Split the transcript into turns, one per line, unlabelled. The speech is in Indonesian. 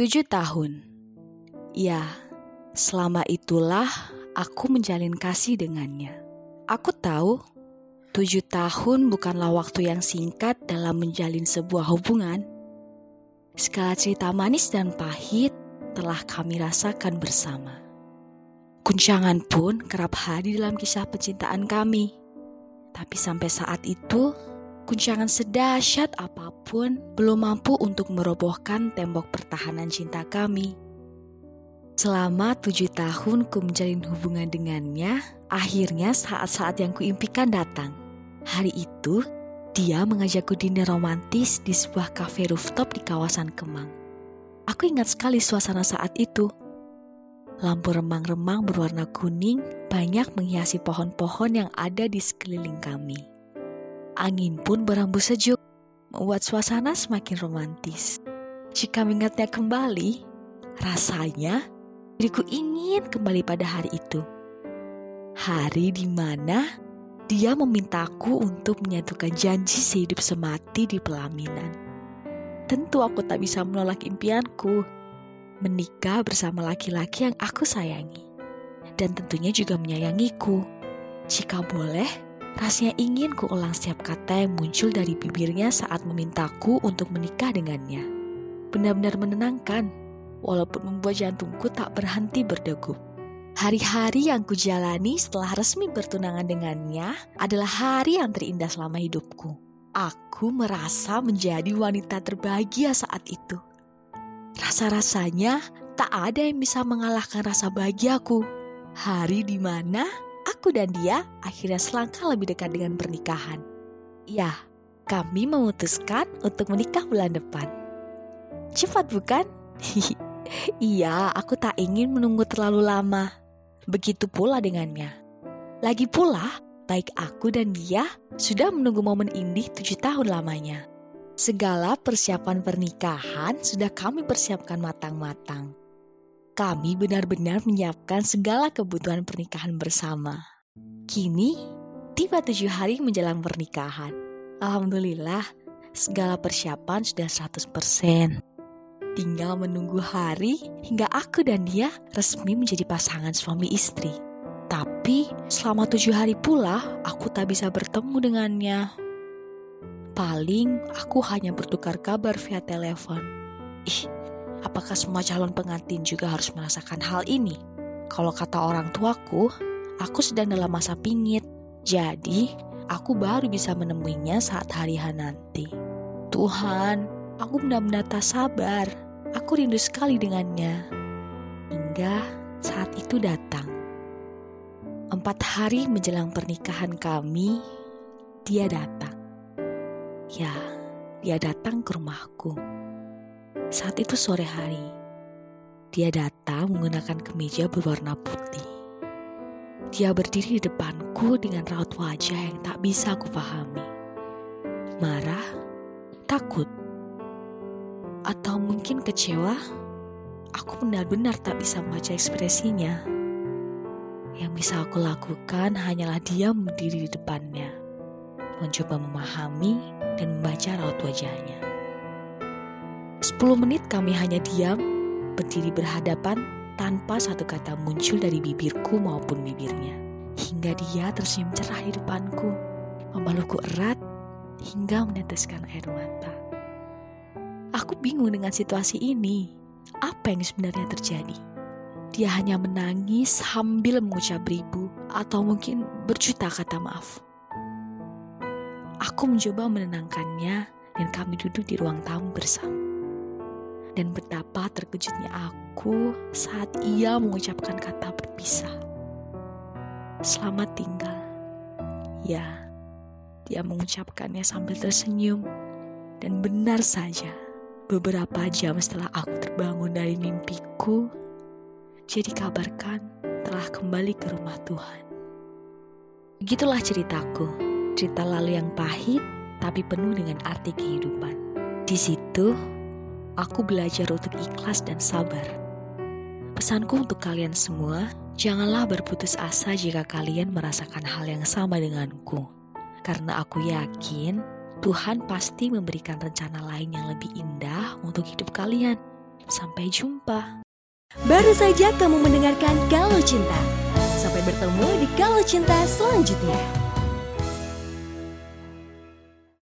7 tahun. Ya, selama itulah aku menjalin kasih dengannya. Aku tahu 7 tahun bukanlah waktu yang singkat dalam menjalin sebuah hubungan. Segala cerita manis dan pahit telah kami rasakan bersama. Guncangan pun kerap hadir dalam kisah percintaan kami. Tapi sampai saat itu, guncangan sedahsyat apapun belum mampu untuk merobohkan tembok pertahanan cinta kami. Selama 7 tahun ku menjalin hubungan dengannya, akhirnya saat-saat yang kuimpikan datang. Hari itu, dia mengajakku dinner romantis di sebuah kafe rooftop di kawasan Kemang. Aku ingat sekali suasana saat itu. Lampu remang-remang berwarna kuning banyak menghiasi pohon-pohon yang ada di sekeliling kami. Angin pun berhembus sejuk, membuat suasana semakin romantis. Jika mengingatnya kembali, rasanya diriku ingin kembali pada hari itu. Hari di mana dia memintaku untuk menyatukan janji sehidup semati di pelaminan. Tentu aku tak bisa menolak impianku, menikah bersama laki-laki yang aku sayangi. Dan tentunya juga menyayangiku. Jika boleh, rasanya ingin kuulang setiap kata yang muncul dari bibirnya saat memintaku untuk menikah dengannya. Benar-benar menenangkan, walaupun membuat jantungku tak berhenti berdegup. Hari-hari yang kujalani setelah resmi bertunangan dengannya adalah hari yang terindah selama hidupku. Aku merasa menjadi wanita terbahagia saat itu. Rasa-rasanya tak ada yang bisa mengalahkan rasa bahagiaku. Hari di mana aku dan dia akhirnya selangkah lebih dekat dengan pernikahan. Ya, kami memutuskan untuk menikah bulan depan. Cepat bukan? Iya, aku tak ingin menunggu terlalu lama. Begitu pula dengannya. Lagi pula, baik aku dan dia sudah menunggu momen ini 7 tahun lamanya. Segala persiapan pernikahan sudah kami persiapkan matang-matang. Kami benar-benar menyiapkan segala kebutuhan pernikahan bersama. Kini, tiba 7 hari menjelang pernikahan. Alhamdulillah, segala persiapan sudah 100%. Tinggal menunggu hari hingga aku dan dia resmi menjadi pasangan suami istri. Tapi selama 7 hari pula aku tak bisa bertemu dengannya. Paling aku hanya bertukar kabar via telepon. Apakah semua calon pengantin juga harus merasakan hal ini? Kalau kata orang tuaku, aku sedang dalam masa pingit. Jadi aku baru bisa menemuinya saat hari H nanti. Tuhan, aku benar-benar tak sabar. Aku rindu sekali dengannya. Hingga saat itu datang. 4 hari menjelang pernikahan kami, dia datang. Ya, dia datang ke rumahku. Saat itu sore hari. Dia datang menggunakan kemeja berwarna putih. Dia berdiri di depanku dengan raut wajah yang tak bisa aku pahami. Marah, takut, atau mungkin kecewa. Aku benar-benar tak bisa membaca ekspresinya. Yang bisa aku lakukan hanyalah diam berdiri di depannya, mencoba memahami dan membaca raut wajahnya. 10 menit kami hanya diam, berdiri berhadapan tanpa satu kata muncul dari bibirku maupun bibirnya. Hingga dia tersenyum cerah di depanku, memelukku erat hingga meneteskan air mata. Aku bingung dengan situasi ini. Apa yang sebenarnya terjadi? Dia hanya menangis sambil mengucap ribu atau mungkin berjuta kata maaf. Aku mencoba menenangkannya dan kami duduk di ruang tamu bersama. Dan betapa terkejutnya aku saat ia mengucapkan kata berpisah. Selamat tinggal. Ya, dia mengucapkannya sambil tersenyum. Dan benar saja, beberapa jam setelah aku terbangun dari mimpiku, dia dikabarkan telah kembali ke rumah Tuhan. Begitulah ceritaku, cerita lalu yang pahit tapi penuh dengan arti kehidupan. Di situ, aku belajar untuk ikhlas dan sabar. Pesanku untuk kalian semua, janganlah berputus asa jika kalian merasakan hal yang sama denganku. Karena aku yakin Tuhan pasti memberikan rencana lain yang lebih indah untuk hidup kalian. Sampai jumpa.
Baru saja kamu mendengarkan Kalau Cinta. Sampai bertemu di Kalau Cinta selanjutnya.